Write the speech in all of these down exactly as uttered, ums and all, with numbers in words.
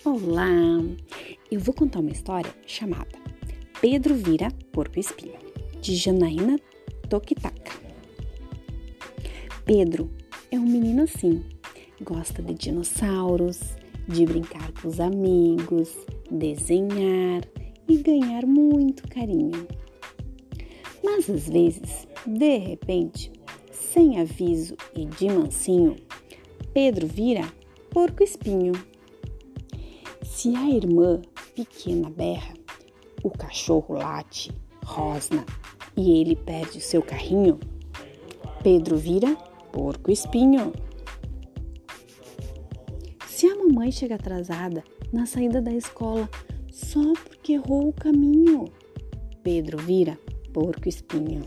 Olá! Eu vou contar uma história chamada Pedro Vira Porco-Espinho, de Janaína Tokitaka. Pedro é um menino assim, gosta de dinossauros, de brincar com os amigos, desenhar e ganhar muito carinho. Mas às vezes, de repente, sem aviso e de mansinho, Pedro vira porco-espinho. Se a irmã pequena berra, o cachorro late, rosna e ele perde o seu carrinho, Pedro vira porco-espinho. Se a mamãe chega atrasada na saída da escola só porque errou o caminho, Pedro vira porco-espinho.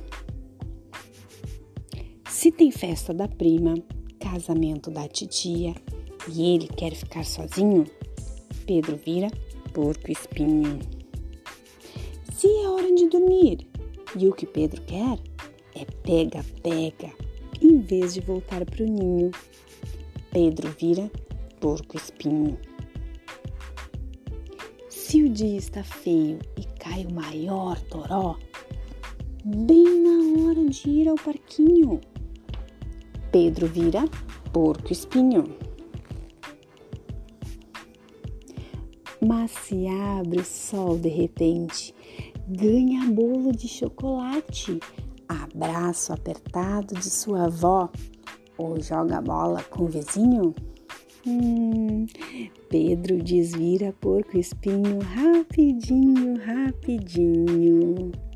Se tem festa da prima, casamento da titia e ele quer ficar sozinho, Pedro vira porco-espinho. Se é hora de dormir e o que Pedro quer é pega-pega, em vez de voltar para o ninho, Pedro vira porco-espinho. Se o dia está feio e cai o maior toró, bem na hora de ir ao parquinho, Pedro vira porco-espinho. Mas se abre o sol de repente, ganha bolo de chocolate, abraço apertado de sua avó ou joga bola com o vizinho, hum, Pedro desvira porco-espinho rapidinho, rapidinho.